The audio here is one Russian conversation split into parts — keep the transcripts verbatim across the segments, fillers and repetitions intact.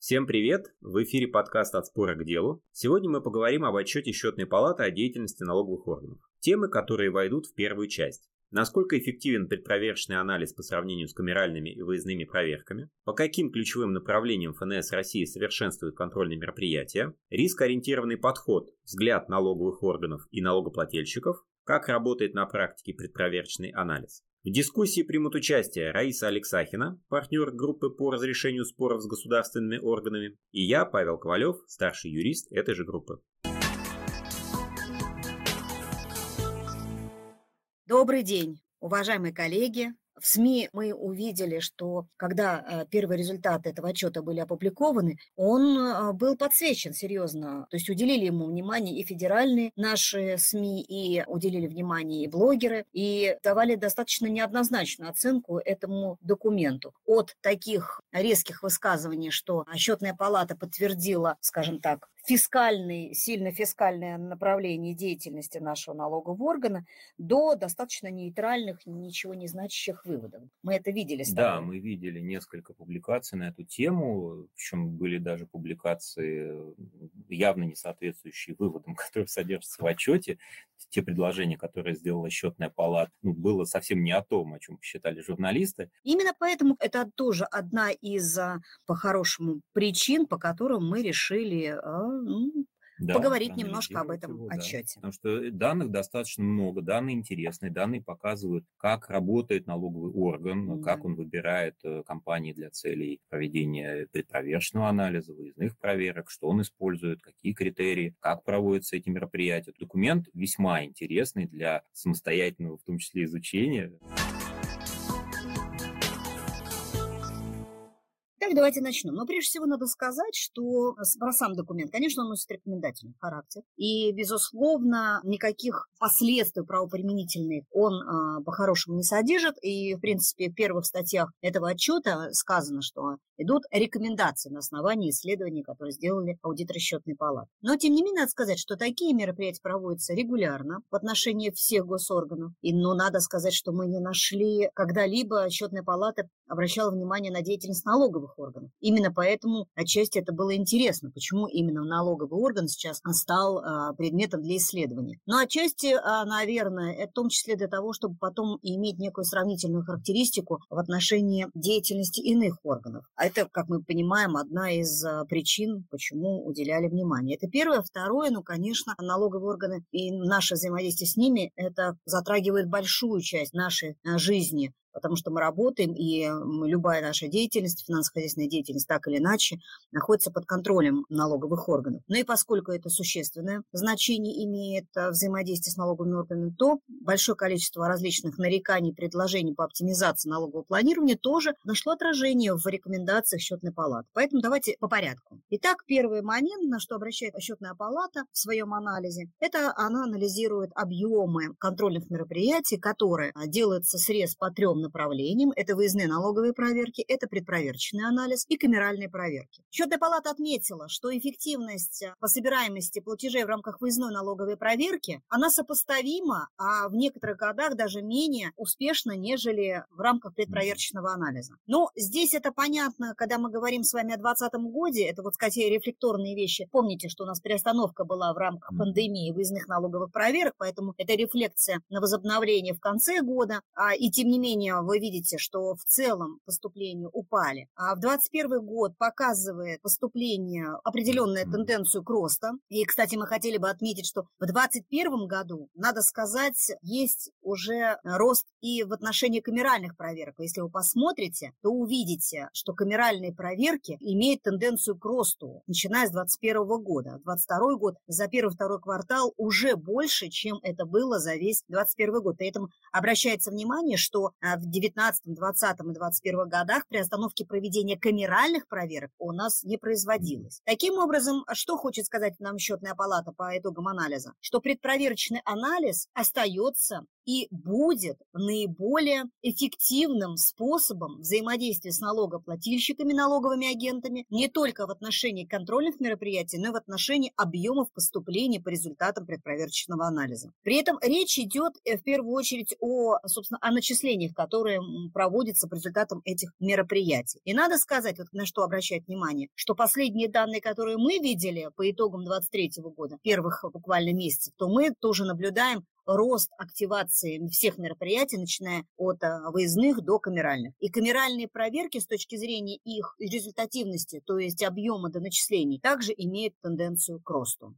Всем привет! В эфире подкаст «От спора к делу». Сегодня мы поговорим об отчете Счетной палаты о деятельности налоговых органов. Темы, которые войдут в первую часть. Насколько эффективен предпроверочный анализ по сравнению с камеральными и выездными проверками, по каким ключевым направлениям эф эн эс России совершенствуют контрольные мероприятия, рискоориентированный подход, взгляд налоговых органов и налогоплательщиков, как работает на практике предпроверочный анализ. В дискуссии примут участие Раиса Алексахина, партнер группы по разрешению споров с государственными органами, и я, Павел Ковалев, старший юрист этой же группы. Добрый день, уважаемые коллеги. В СМИ мы увидели, что когда первые результаты этого отчета были опубликованы, он был подсвечен серьезно. То есть уделили ему внимание и федеральные наши СМИ, и уделили внимание и блогеры, и давали достаточно неоднозначную оценку этому документу. От таких резких высказываний, что Счетная палата подтвердила, скажем так, фискальный, сильно фискальное направление деятельности нашего налогового органа, до достаточно нейтральных, ничего не значащих выводов. Мы это видели с тобой. Да, мы видели несколько публикаций на эту тему, причем были даже публикации, явно не соответствующие выводам, которые содержатся в отчете. Те предложения, которые сделала Счетная палата, ну, было совсем не о том, о чем посчитали журналисты. Именно поэтому это тоже одна из, по-хорошему, причин, по которым мы решили ну, да, поговорить немножко об этом его, отчете. Да. Потому что данных достаточно много, данные интересные, данные показывают, как работает налоговый орган, да. Как он выбирает компании для целей проведения предпроверочного анализа, выездных проверок, что он использует, какие критерии, как проводятся эти мероприятия. Документ весьма интересный для самостоятельного, в том числе, изучения. Так, давайте начнем. Но прежде всего надо сказать, что про сам документ, конечно, он носит рекомендательный характер. И, безусловно, никаких последствий правоприменительных он а, по-хорошему не содержит. И, в принципе, в первых статьях этого отчета сказано, что идут рекомендации на основании исследований, которые сделали аудиторы Счетной палаты. Но, тем не менее, надо сказать, что такие мероприятия проводятся регулярно в отношении всех госорганов. И, но надо сказать, что мы не нашли когда-либо Счетная палата обращала внимание на деятельность налоговых органов. Именно поэтому отчасти это было интересно, почему именно налоговый орган сейчас стал а, предметом для исследования. Но отчасти, а, наверное, это в том числе для того, чтобы потом иметь некую сравнительную характеристику в отношении деятельности иных органов. А это, как мы понимаем, одна из а, причин, почему уделяли внимание. Это первое. Второе, ну, конечно, налоговые органы и наше взаимодействие с ними, это затрагивает большую часть нашей а, жизни, потому что мы работаем, и любая наша деятельность, финансово-хозяйственная деятельность, так или иначе, находится под контролем налоговых органов. Ну и поскольку это существенное значение имеет взаимодействие с налоговыми органами, то большое количество различных нареканий, предложений по оптимизации налогового планирования тоже нашло отражение в рекомендациях Счетной палаты. Поэтому давайте по порядку. Итак, первый момент, на что обращает Счетная палата в своем анализе, это она анализирует объемы контрольных мероприятий, которые делаются срез по трем направлениям. Это выездные налоговые проверки, это предпроверочный анализ и камеральные проверки. Счетная палата отметила, что эффективность по собираемости платежей в рамках выездной налоговой проверки, она сопоставима, а в некоторых годах даже менее успешно, нежели в рамках предпроверочного анализа. Но здесь это понятно, когда мы говорим с вами о двадцатом году, это вот, сказать, рефлекторные вещи. Помните, что у нас приостановка была в рамках пандемии выездных налоговых проверок, поэтому это рефлексия на возобновление в конце года, а, и тем не менее вы видите, что в целом поступления упали. А в двадцать первый год показывает поступление определенную тенденцию к росту. И, кстати, мы хотели бы отметить, что в двадцать первом году, надо сказать, есть уже рост и в отношении камеральных проверок. Если вы посмотрите, то увидите, что камеральные проверки имеют тенденцию к росту, начиная с двадцать первого года. двадцать второй год за первый-второй квартал уже больше, чем это было за весь двадцать первый год. Поэтому обращается внимание, что в девятнадцатом, двадцатом и двадцать первом годах при остановке проведения камеральных проверок у нас не производилось. Таким образом, что хочет сказать нам Счетная палата по итогам анализа? Что предпроверочный анализ остается и будет наиболее эффективным способом взаимодействия с налогоплательщиками, налоговыми агентами не только в отношении контрольных мероприятий, но и в отношении объемов поступлений по результатам предпроверочного анализа. При этом речь идет в первую очередь о, собственно, о начислениях, которые проводятся по результатам этих мероприятий. И надо сказать, вот на что обращать внимание, что последние данные, которые мы видели по итогам двадцать третьего года, первых буквально месяцев, то мы тоже наблюдаем рост активации всех мероприятий, начиная от выездных до камеральных. И камеральные проверки с точки зрения их результативности, то есть объема доначислений, также имеют тенденцию к росту.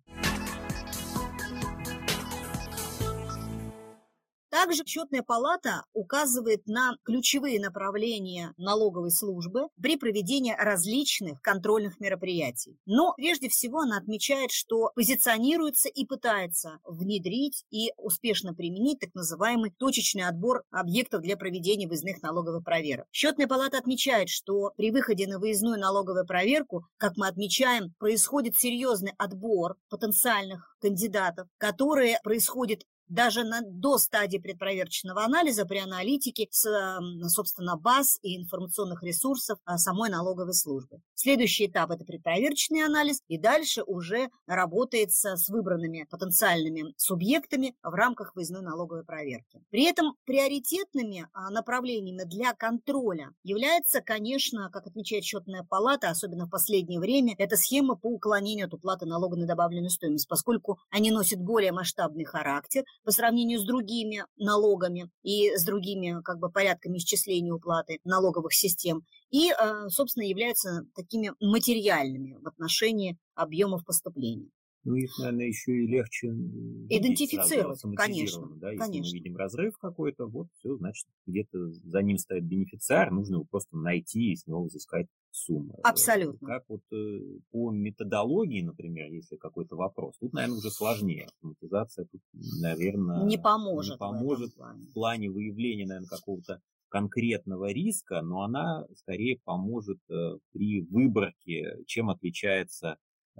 Также Счетная палата указывает на ключевые направления налоговой службы при проведении различных контрольных мероприятий. Но прежде всего она отмечает, что позиционируется и пытается внедрить и успешно применить так называемый точечный отбор объектов для проведения выездных налоговых проверок. Счетная палата отмечает, что при выходе на выездную налоговую проверку, как мы отмечаем, происходит серьезный отбор потенциальных кандидатов, которые происходят даже на, до стадии предпроверочного анализа при аналитике с, собственно, баз и информационных ресурсов самой налоговой службы. Следующий этап – это предпроверочный анализ, и дальше уже работается с выбранными потенциальными субъектами в рамках выездной налоговой проверки. При этом приоритетными направлениями для контроля является, конечно, как отмечает Счетная палата, особенно в последнее время, это схема по уклонению от уплаты налога на добавленную стоимость, поскольку они носят более масштабный характер по сравнению с другими налогами и с другими как бы порядками исчисления уплаты налоговых систем и, собственно, являются такими материальными в отношении объемов поступления. Ну, их, наверное, еще и легче идентифицировать, конечно. Да? Если конечно. мы видим разрыв какой-то, вот все, значит, где-то за ним стоит бенефициар, нужно его просто найти и с него взыскать сумму. Абсолютно. Как вот по методологии, например, если какой-то вопрос, тут, наверное, уже сложнее. Автоматизация тут, наверное, не поможет, не поможет в, в плане выявления, наверное, какого-то конкретного риска, но она скорее поможет при выборке, чем отличается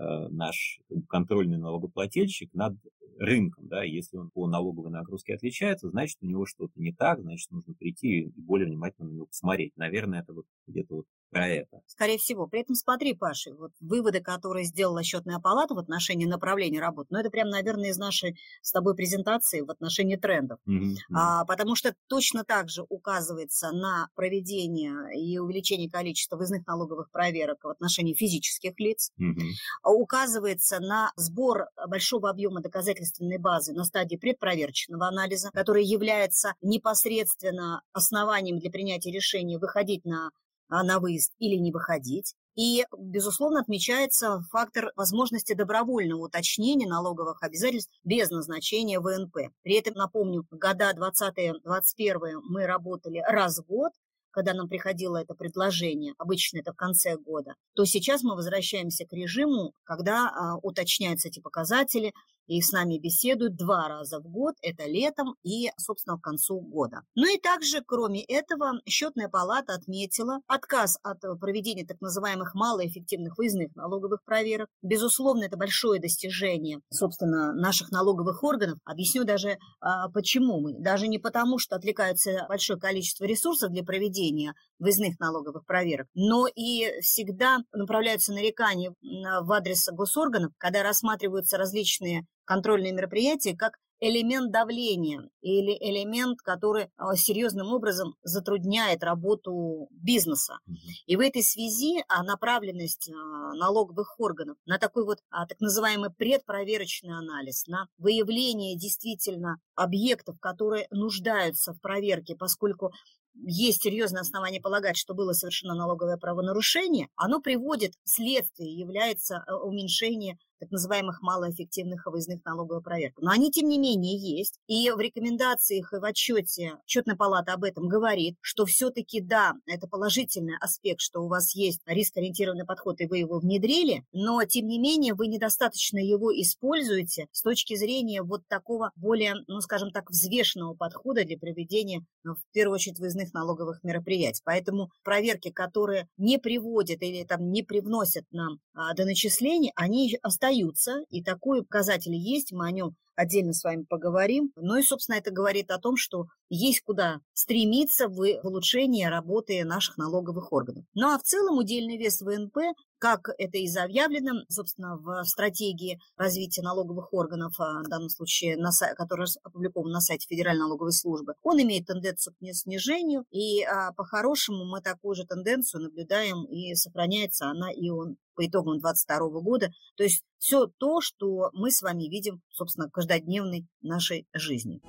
наш контрольный налогоплательщик над рынком, да, если он по налоговой нагрузке отличается, значит, у него что-то не так, значит, нужно прийти и более внимательно на него посмотреть. Наверное, это вот где-то вот про это. Скорее всего. При этом смотри, Паша, вот выводы, которые сделала Счетная палата в отношении направления работы, ну, это прям, наверное, из нашей с тобой презентации в отношении трендов. Mm-hmm. А, потому что точно так же указывается на проведение и увеличение количества выездных налоговых проверок в отношении физических лиц, mm-hmm. указывается на сбор большого объема доказательственной базы на стадии предпроверочного анализа, который является непосредственно основанием для принятия решения выходить на на выезд или не выходить. И, безусловно, отмечается фактор возможности добровольного уточнения налоговых обязательств без назначения вэ эн пэ. При этом, напомню, года двадцатый двадцать первый мы работали раз в год, когда нам приходило это предложение, обычно это в конце года, то сейчас мы возвращаемся к режиму, когда а, уточняются эти показатели, и с нами беседуют два раза в год, это летом и, собственно, к концу года. Ну и также, кроме этого, Счетная палата отметила отказ от проведения так называемых малоэффективных выездных налоговых проверок. Безусловно, это большое достижение, собственно, наших налоговых органов. Объясню даже, а, почему. Мы. Даже не потому, что отвлекается большое количество ресурсов для проведения выездных налоговых проверок, но и всегда направляются нарекания в адрес госорганов, когда рассматриваются различные контрольные мероприятия как элемент давления или элемент, который серьезным образом затрудняет работу бизнеса. И в этой связи направленность налоговых органов на такой вот так называемый предпроверочный анализ, на выявление действительно объектов, которые нуждаются в проверке, поскольку есть серьезное основание полагать, что было совершено налоговое правонарушение, оно приводит, следствие является уменьшение так называемых малоэффективных выездных налоговых проверок. Но они, тем не менее, есть. И в рекомендациях и в отчете Счетная палата об этом говорит, что все-таки, да, это положительный аспект, что у вас есть рискоориентированный подход, и вы его внедрили, но, тем не менее, вы недостаточно его используете с точки зрения вот такого более, ну, скажем так, взвешенного подхода для проведения, в первую очередь, выездных налоговых мероприятий. Поэтому проверки, которые не приводят или там не привносят нам а, до начислений, они остаются, и такой показатель есть, мы о нем отдельно с вами поговорим. Ну и, собственно, это говорит о том, что есть куда стремиться в улучшении работы наших налоговых органов. Ну а в целом удельный вес вэ эн пэ, как это и заявлено, собственно, в стратегии развития налоговых органов, в данном случае, на сай- которая опубликована на сайте Федеральной налоговой службы, он имеет тенденцию к снижению, и а, по-хорошему мы такую же тенденцию наблюдаем, и сохраняется она и он по итогам двадцать второго года. То есть все то, что мы с вами видим, собственно, в каждодневной нашей жизни.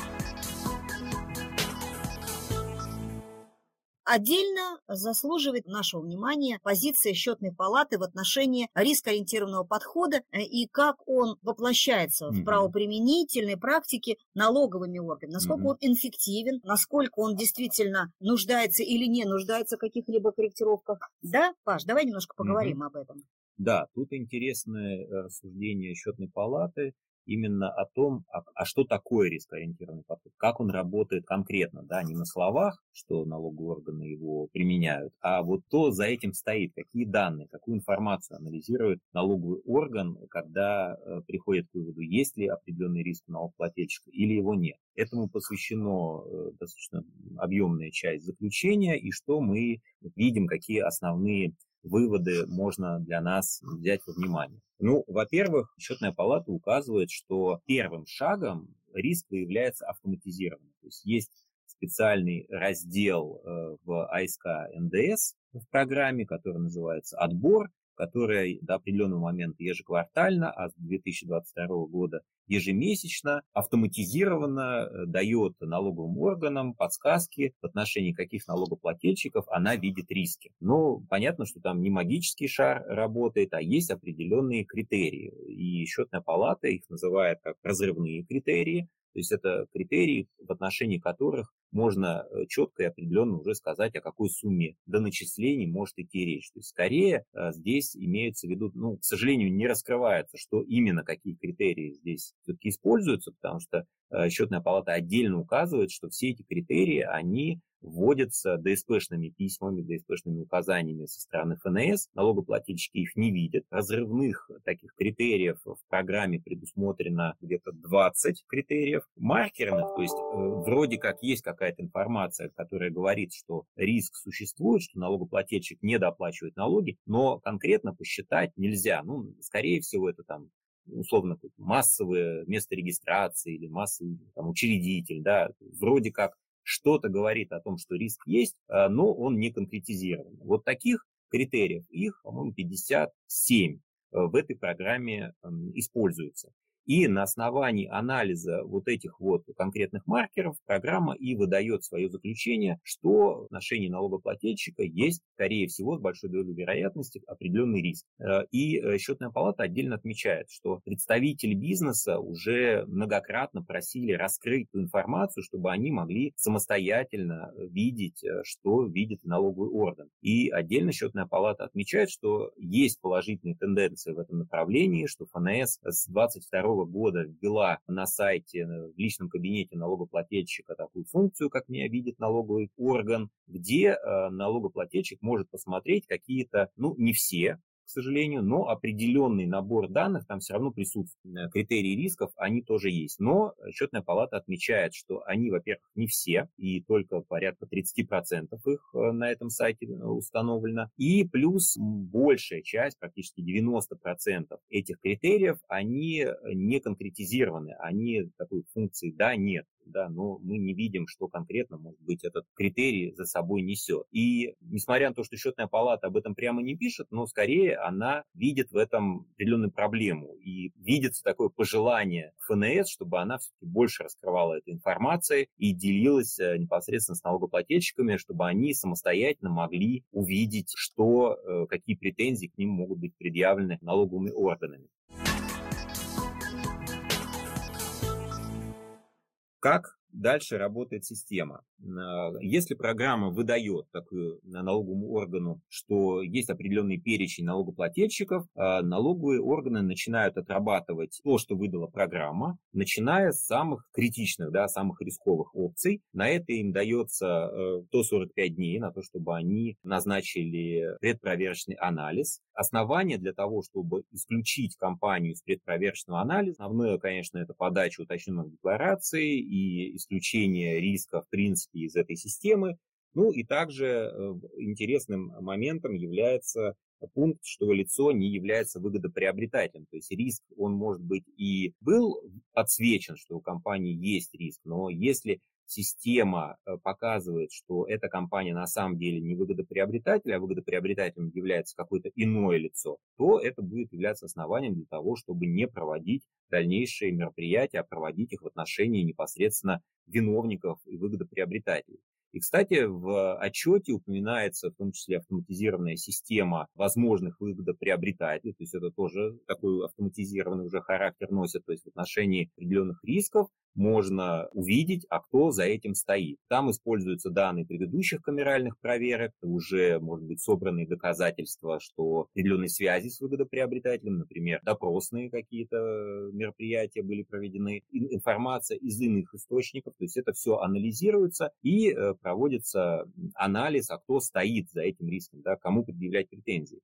Отдельно заслуживает нашего внимания позиция счетной палаты в отношении рискоориентированного подхода и как он воплощается mm-hmm. в правоприменительной практике налоговыми органами, насколько mm-hmm. он эффективен, насколько он действительно нуждается или не нуждается в каких-либо корректировках. Да, Паш, давай немножко поговорим mm-hmm. об этом. Да, тут интересное рассуждение счетной палаты именно о том, а, а что такое рискоориентированный подход, как он работает конкретно, да, не на словах, что налоговые органы его применяют, а вот то за этим стоит, какие данные, какую информацию анализирует налоговый орган, когда э, приходит к выводу, есть ли определенный риск у налогоплательщика или его нет. Этому посвящено э, достаточно объемная часть заключения, и что мы видим, какие основные выводы можно для нас взять во внимание. Ну, во-первых, счетная палата указывает, что первым шагом риск выявляется автоматизированно. То есть есть специальный раздел в а эс ка эн дэ эс в программе, который называется «Отбор», который до определенного момента ежеквартально, а с две тысячи двадцать второго года ежемесячно автоматизированно дает налоговым органам подсказки в отношении каких налогоплательщиков она видит риски. Но понятно, что там не магический шар работает, а есть определенные критерии. И счетная палата их называет как разрывные критерии. То есть это критерии, в отношении которых можно четко и определенно уже сказать, о какой сумме до начислений может идти речь. То есть скорее здесь имеется в виду, ну, к сожалению, не раскрывается, что именно какие критерии здесь все-таки используются, потому что счетная палата отдельно указывает, что все эти критерии, они вводятся дэ эс пэ-шными письмами, дэ эс пэ-шными указаниями со стороны эф эн эс. Налогоплательщики их не видят. Разрывных таких критериев в программе предусмотрено где-то двадцать критериев. Маркерных, то есть э, вроде как есть какая-то информация, которая говорит, что риск существует, что налогоплательщик недооплачивает налоги, но конкретно посчитать нельзя. Ну, скорее всего, это там условно массовое место регистрации или массовый там, учредитель, да, вроде как что-то говорит о том, что риск есть, но он не конкретизирован. Вот таких критериев, их, по-моему, пятьдесят семь в этой программе используется. И на основании анализа вот этих вот конкретных маркеров программа и выдает свое заключение, что в отношении налогоплательщика есть, скорее всего, с большой долей вероятности определенный риск. И счетная палата отдельно отмечает, что представители бизнеса уже многократно просили раскрыть эту информацию, чтобы они могли самостоятельно видеть, что видит налоговый орган. И отдельно счетная палата отмечает, что есть положительные тенденции в этом направлении, что эф эн эс с двадцать второго года ввела на сайте, в личном кабинете налогоплательщика такую функцию, как меня видит налоговый орган, где э, налогоплательщик может посмотреть какие-то, ну, не все, к сожалению, но определенный набор данных там все равно присутствует. Критерии рисков, они тоже есть. Но счетная палата отмечает, что они, во-первых, не все, и только порядка тридцать процентов их на этом сайте установлено. И плюс большая часть, практически девяносто процентов этих критериев, они не конкретизированы, они такой функции «да», «нет». Да, но мы не видим, что конкретно, может быть, этот критерий за собой несет. И несмотря на то, что счетная палата об этом прямо не пишет, но скорее она видит в этом определенную проблему. И видится такое пожелание эф эн эс, чтобы она все-таки больше раскрывала эту информацию и делилась непосредственно с налогоплательщиками, чтобы они самостоятельно могли увидеть, что, какие претензии к ним могут быть предъявлены налоговыми органами. Как дальше работает система? Если программа выдает такую налоговому органу, что есть определенный перечень налогоплательщиков, налоговые органы начинают отрабатывать то, что выдала программа, начиная с самых критичных, да, самых рисковых опций. На это им дается сто сорок пять дней на то, чтобы они назначили предпроверочный анализ. Основание для того, чтобы исключить компанию из предпроверочного анализа, основное, конечно, это подача уточненных деклараций и исключение риска, в принципе, из этой системы. Ну и также интересным моментом является пункт, что лицо не является выгодоприобретателем. То есть риск, он, может быть, и был отсвечен, что у компании есть риск, но если система показывает, что эта компания на самом деле не выгодоприобретатель, а выгодоприобретателем является какое-то иное лицо, то это будет являться основанием для того, чтобы не проводить дальнейшие мероприятия, а проводить их в отношении непосредственно виновников и выгодоприобретателей. И, кстати, в отчете упоминается в том числе автоматизированная система возможных выгодоприобретателей, то есть это тоже такой автоматизированный уже характер носит, то есть в отношении определенных рисков можно увидеть, а кто за этим стоит. Там используются данные предыдущих камеральных проверок, уже, может быть, собранные доказательства, что определенные связи с выгодоприобретателем, например, допросные какие-то мероприятия были проведены, информация из иных источников, то есть это все анализируется и проводится анализ, а кто стоит за этим риском, да, кому предъявлять претензии.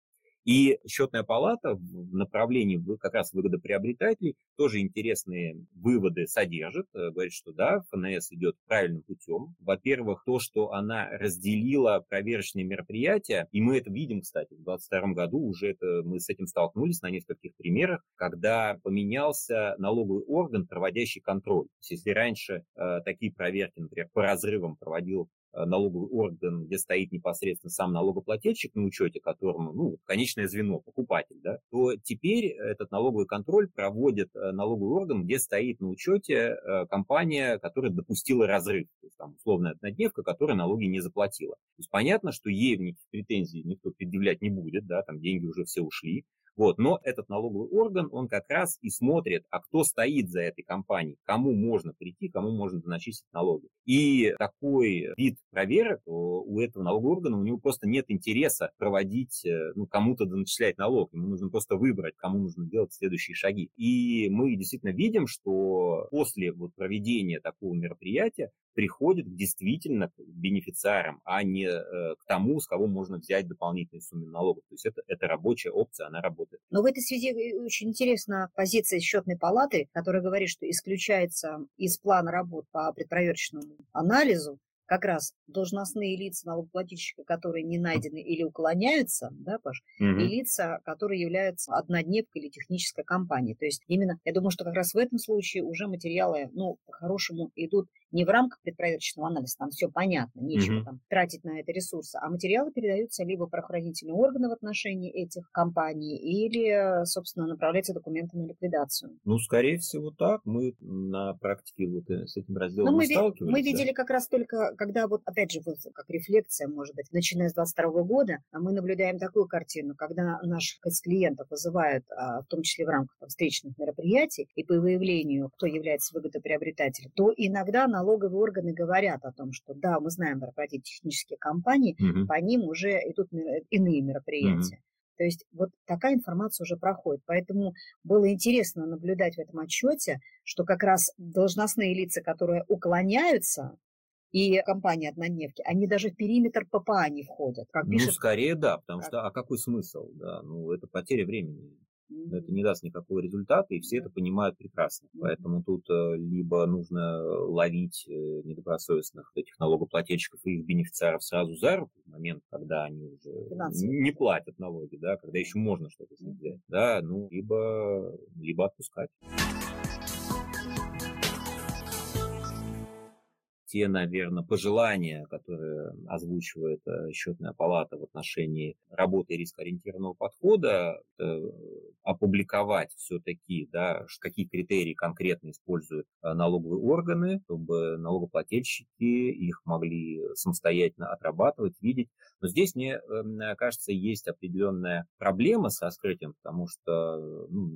И счетная палата в направлении как раз выгодоприобретателей тоже интересные выводы содержит. Говорит, что да, эф эн эс идет правильным путем. Во-первых, то, что она разделила проверочные мероприятия, и мы это видим, кстати, в двадцать втором году уже это, мы с этим столкнулись на нескольких примерах, когда поменялся налоговый орган, проводящий контроль. То есть, если раньше э, такие проверки, например, по разрывам проводил налоговый орган, где стоит непосредственно сам налогоплательщик на учете, которому, ну, конечное звено, покупатель, да, то теперь этот налоговый контроль проводит налоговый орган, где стоит на учете компания, которая допустила разрыв, то есть там условная однодневка, которая налоги не заплатила. То есть понятно, что ей никаких претензий никто предъявлять не будет, да, там деньги уже все ушли. Вот, но этот налоговый орган, он как раз и смотрит, а кто стоит за этой компанией, кому можно прийти, кому можно начислить налоги. И такой вид проверок у этого налогового органа, у него просто нет интереса проводить, ну, кому-то начислять налог. Ему нужно просто выбрать, кому нужно делать следующие шаги. И мы действительно видим, что после вот проведения такого мероприятия приходит действительно к бенефициарам, а не э, к тому, с кого можно взять дополнительные суммы налогов. То есть это, это рабочая опция, она работает. Но в этой связи очень интересна позиция счетной палаты, которая говорит, что исключается из плана работ по предпроверочному анализу как раз должностные лица налогоплательщика, которые не найдены или уклоняются, да, Паш, угу. и лица, которые являются однодневкой или технической компанией. То есть именно, я думаю, что как раз в этом случае уже материалы, ну, по-хорошему идут не в рамках предпроверочного анализа, там все понятно, нечего угу. там тратить на это ресурсы, а материалы передаются либо правоохранительные органы в отношении этих компаний, или, собственно, направляются документы на ликвидацию. Ну, скорее всего, так. Мы на практике вот с этим разделом мы, не сталкивались. Мы видели как раз только, когда вот, опять же, вот, как рефлексия, может быть, начиная с двадцать второго года, мы наблюдаем такую картину, когда наших клиентов вызывают, в том числе в рамках там, встречных мероприятий, и по выявлению, кто является выгодоприобретателем, то иногда налоговые органы говорят о том, что да, мы знаем про эти технические компании, угу. по ним уже идут иные мероприятия. Угу. То есть вот такая информация уже проходит. Поэтому было интересно наблюдать в этом отчете, что как раз должностные лица, которые уклоняются, и компании однодневки, они даже в периметр пэ пэ а не входят. Как ну, пишет... скорее да, потому что, а какой смысл? Да, ну, это потеря времени. Mm-hmm. Это не даст никакого результата, и все mm-hmm. это понимают прекрасно. Mm-hmm. Поэтому тут э, либо нужно ловить э, недобросовестных этих налогоплательщиков и их бенефициаров сразу за руку, в момент, когда они уже финансово не платят налоги, да, когда еще можно что-то с них взять, mm-hmm. да, ну, либо, либо отпускать. Те, наверное, пожелания, которые озвучивает счетная палата в отношении работы рискоориентированного подхода, опубликовать все-таки, да, какие критерии конкретно используют налоговые органы, чтобы налогоплательщики их могли самостоятельно отрабатывать, видеть. Но здесь, мне кажется, есть определенная проблема с раскрытием, потому что, ну,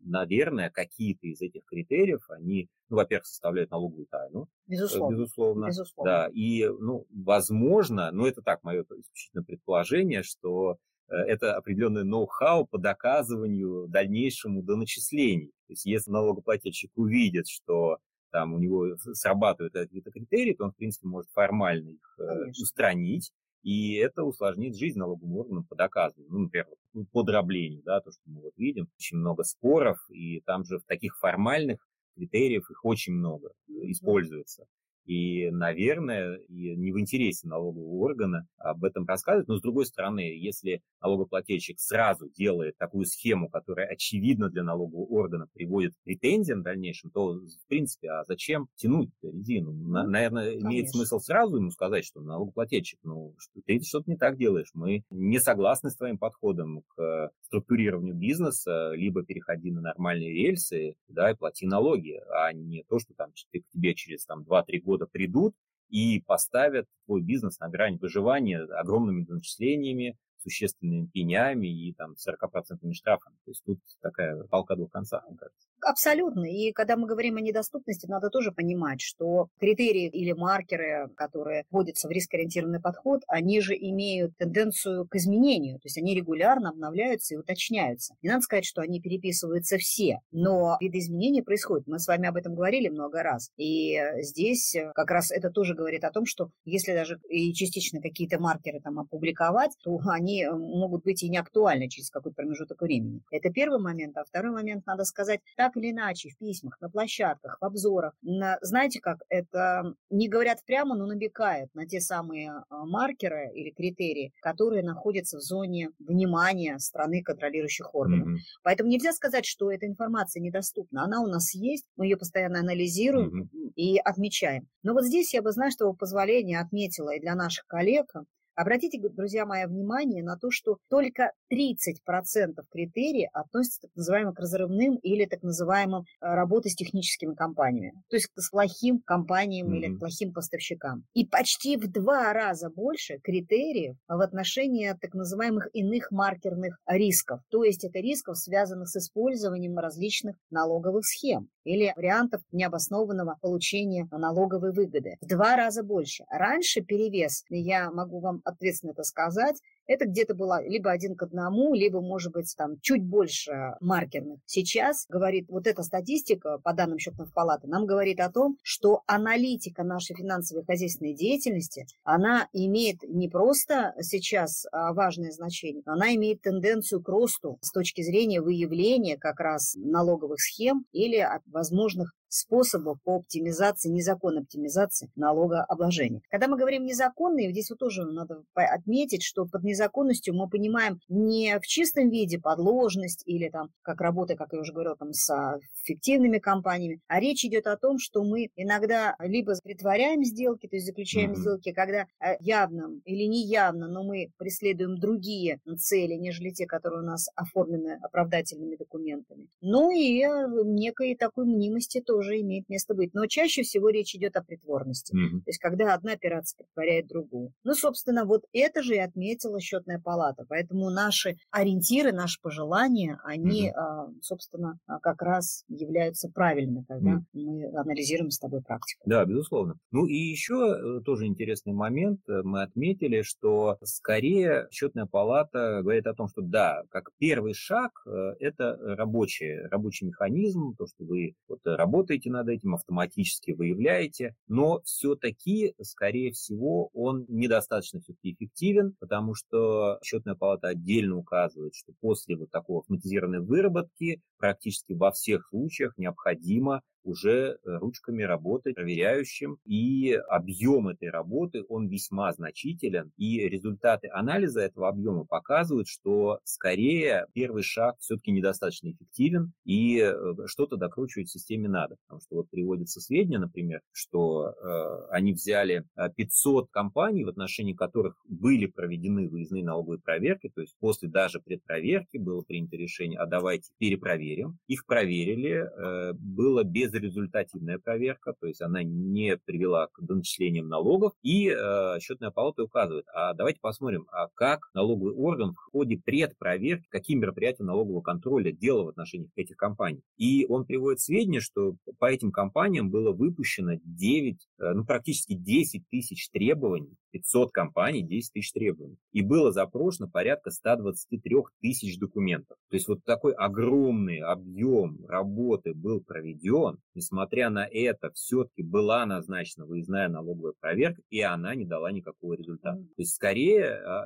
наверное, какие-то из этих критериев, они, ну, во-первых, составляют налоговую тайну. Безусловно. Безусловно. Безусловно. Да, и, ну, возможно, ну, это так, мое исключительное предположение, что это определенное ноу-хау по доказыванию дальнейшему доначислений. То есть если налогоплательщик увидит, что там у него срабатывают какие-то критерии, то он, в принципе, может формально их Конечно. устранить, и это усложнит жизнь налоговым органам по доказыванию. Ну, например, по дроблению, да, то, что мы вот видим, очень много споров, и там же в таких формальных критериев их очень много используется. И, наверное, и не в интересе налогового органа об этом рассказывать. Но, с другой стороны, если налогоплательщик сразу делает такую схему, которая очевидно для налогового органа приводит к претензиям в дальнейшем, то, в принципе, а зачем тянуть резину? На, наверное, Конечно. Имеет смысл сразу ему сказать, что налогоплательщик, ну, что ты что-то не так делаешь. Мы не согласны с твоим подходом к структурированию бизнеса, либо переходи на нормальные рельсы, да, и плати налоги, а не то, что там к тебе через там, два-три года года придут и поставят твой бизнес на грань выживания огромными начислениями, существенными пенями и там сорок процентов штрафами. То есть тут такая палка о двух концах, мне кажется. Абсолютно. И когда мы говорим о недоступности, надо тоже понимать, что критерии или маркеры, которые вводятся в рискоориентированный подход, они же имеют тенденцию к изменению. То есть они регулярно обновляются и уточняются. Не надо сказать, что они переписываются все, но видоизменения происходят. Мы с вами об этом говорили много раз. И здесь как раз это тоже говорит о том, что если даже и частично какие-то маркеры там опубликовать, то они могут быть и не актуальны через какой-то промежуток времени. Это первый момент. А второй момент, надо сказать, так или иначе, в письмах, на площадках, в обзорах. На, знаете как, это не говорят прямо, но намекают на те самые маркеры или критерии, которые находятся в зоне внимания страны контролирующих органов. Mm-hmm. Поэтому нельзя сказать, что эта информация недоступна. Она у нас есть, мы ее постоянно анализируем mm-hmm. и отмечаем. Но вот здесь я бы, знаешь, что позволения отметила и для наших коллег. Обратите, друзья мои, внимание на то, что только тридцать процентов критерий относятся так называемым к разрывным или так называемым работе с техническими компаниями, то есть с плохим компаниям mm-hmm. или к плохим поставщикам. И почти в два раза больше критериев в отношении так называемых иных маркерных рисков, то есть это рисков, связанных с использованием различных налоговых схем или вариантов необоснованного получения налоговой выгоды. В два раза больше. Раньше перевес, я могу вам ответственно это сказать, это где-то было либо один к одному, либо, может быть, там чуть больше маркерных. Сейчас, говорит, вот эта статистика, по данным счетных палаты, нам говорит о том, что аналитика нашей финансовой и хозяйственной деятельности, она имеет не просто сейчас важное значение, но она имеет тенденцию к росту с точки зрения выявления как раз налоговых схем или возможных способов по оптимизации, незаконной оптимизации налогообложения. Когда мы говорим незаконные, здесь вот тоже надо отметить, что под незаконностью мы понимаем не в чистом виде подложность или там, как работа, как я уже говорила, там с фиктивными компаниями, а речь идет о том, что мы иногда либо притворяем сделки, то есть заключаем mm-hmm. сделки, когда явно или неявно, но мы преследуем другие цели, нежели те, которые у нас оформлены оправдательными документами. Ну и некой такой мнимости тоже уже имеет место быть. Но чаще всего речь идет о притворности. Mm-hmm. То есть, когда одна операция притворяет другую. Ну, собственно, вот это же и отметила счетная палата. Поэтому наши ориентиры, наши пожелания, они, mm-hmm. собственно, как раз являются правильными, когда mm-hmm. мы анализируем с тобой практику. Да, безусловно. Ну, и еще тоже интересный момент. Мы отметили, что скорее счетная палата говорит о том, что да, как первый шаг, это рабочий, рабочий механизм, то, что вы вот работаете над этим, автоматически выявляете, но все-таки, скорее всего, он недостаточно все-таки эффективен, потому что счетная палата отдельно указывает, что после вот такой автоматизированной выработки практически во всех случаях необходимо уже ручками работать проверяющим, и объем этой работы, он весьма значителен, и результаты анализа этого объема показывают, что скорее первый шаг все-таки недостаточно эффективен, и что-то докручивать в системе надо, потому что вот приводятся сведения, например, что э, они взяли пятьсот компаний, в отношении которых были проведены выездные налоговые проверки, то есть после даже предпроверки было принято решение, а давайте перепроверим, их проверили, э, было без безрезультативная проверка, то есть она не привела к доначислениям налогов, и э, счетная палата указывает, а давайте посмотрим, а как налоговый орган в ходе предпроверки, какие мероприятия налогового контроля делал в отношении этих компаний. И он приводит сведения, что по этим компаниям было выпущено девять, ну практически десять тысяч требований, пятьсот компаний, десять тысяч требований. И было запрошено порядка сто двадцать три тысяч документов. То есть вот такой огромный объем работы был проведен. Несмотря на это, все-таки была назначена выездная налоговая проверка, и она не дала никакого результата. То есть скорее,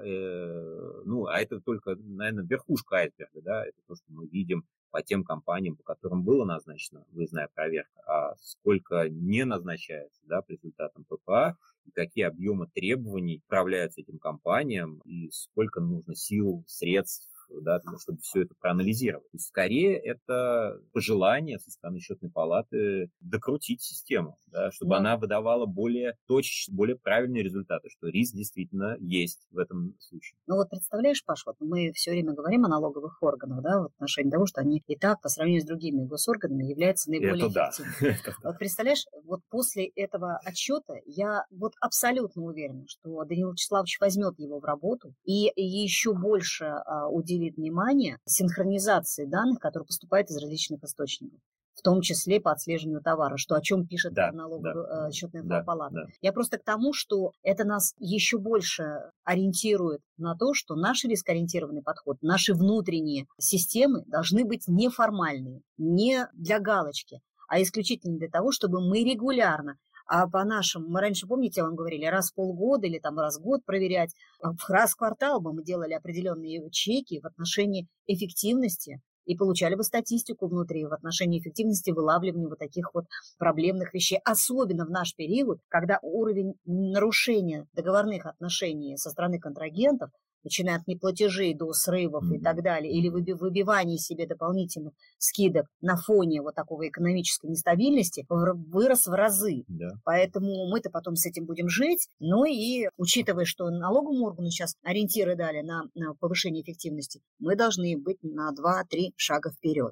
э, ну, а это только, наверное, верхушка айсберга, да, это то, что мы видим по тем компаниям, по которым была назначена выездная проверка, а сколько не назначается, да, по результатам ППА, и какие объемы требований отправляются этим компаниям, и сколько нужно сил, средств, да, чтобы все это проанализировать. То есть, скорее, это пожелание со стороны счетной палаты докрутить систему, да, чтобы да. она выдавала более точечные, более правильные результаты, что риск действительно есть в этом случае. Ну вот представляешь, Паш, вот мы все время говорим о налоговых органах, да, в отношении того, что они и так по сравнению с другими госорганами являются наиболее это эффективными. Да. Вот представляешь, вот после этого отчета я вот абсолютно уверена, что Даниил Вячеславович возьмет его в работу и еще больше а, уделит внимание синхронизации данных, которые поступают из различных источников, в том числе по отслеживанию товара, что о чем пишет да, налоговая да, счетная да, палата. Да. Я просто к тому, что это нас еще больше ориентирует на то, что наш рискоориентированный подход, наши внутренние системы должны быть неформальные, не для галочки, а исключительно для того, чтобы мы регулярно, а по нашим, мы раньше, помните, вам говорили, раз в полгода или там раз в год проверять, раз в квартал бы мы делали определенные чеки в отношении эффективности и получали бы статистику внутри в отношении эффективности вылавливания вот таких вот проблемных вещей. Особенно в наш период, когда уровень нарушения договорных отношений со стороны контрагентов, начиная от неплатежей до срывов mm-hmm. и так далее, или выбивания себе дополнительных скидок на фоне вот такого экономической нестабильности, вырос в разы. Yeah. Поэтому мы-то потом с этим будем жить. Ну и учитывая, что налоговому органу сейчас ориентиры дали на, на повышение эффективности, мы должны быть на два-три шага вперед.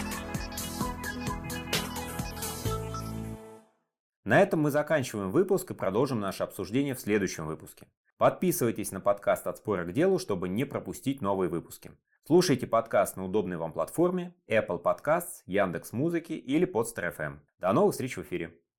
На этом мы заканчиваем выпуск и продолжим наше обсуждение в следующем выпуске. Подписывайтесь на подкаст «От спора к делу», чтобы не пропустить новые выпуски. Слушайте подкаст на удобной вам платформе Apple Podcasts, Яндекс.Музыки или Podster эф эм. До новых встреч в эфире!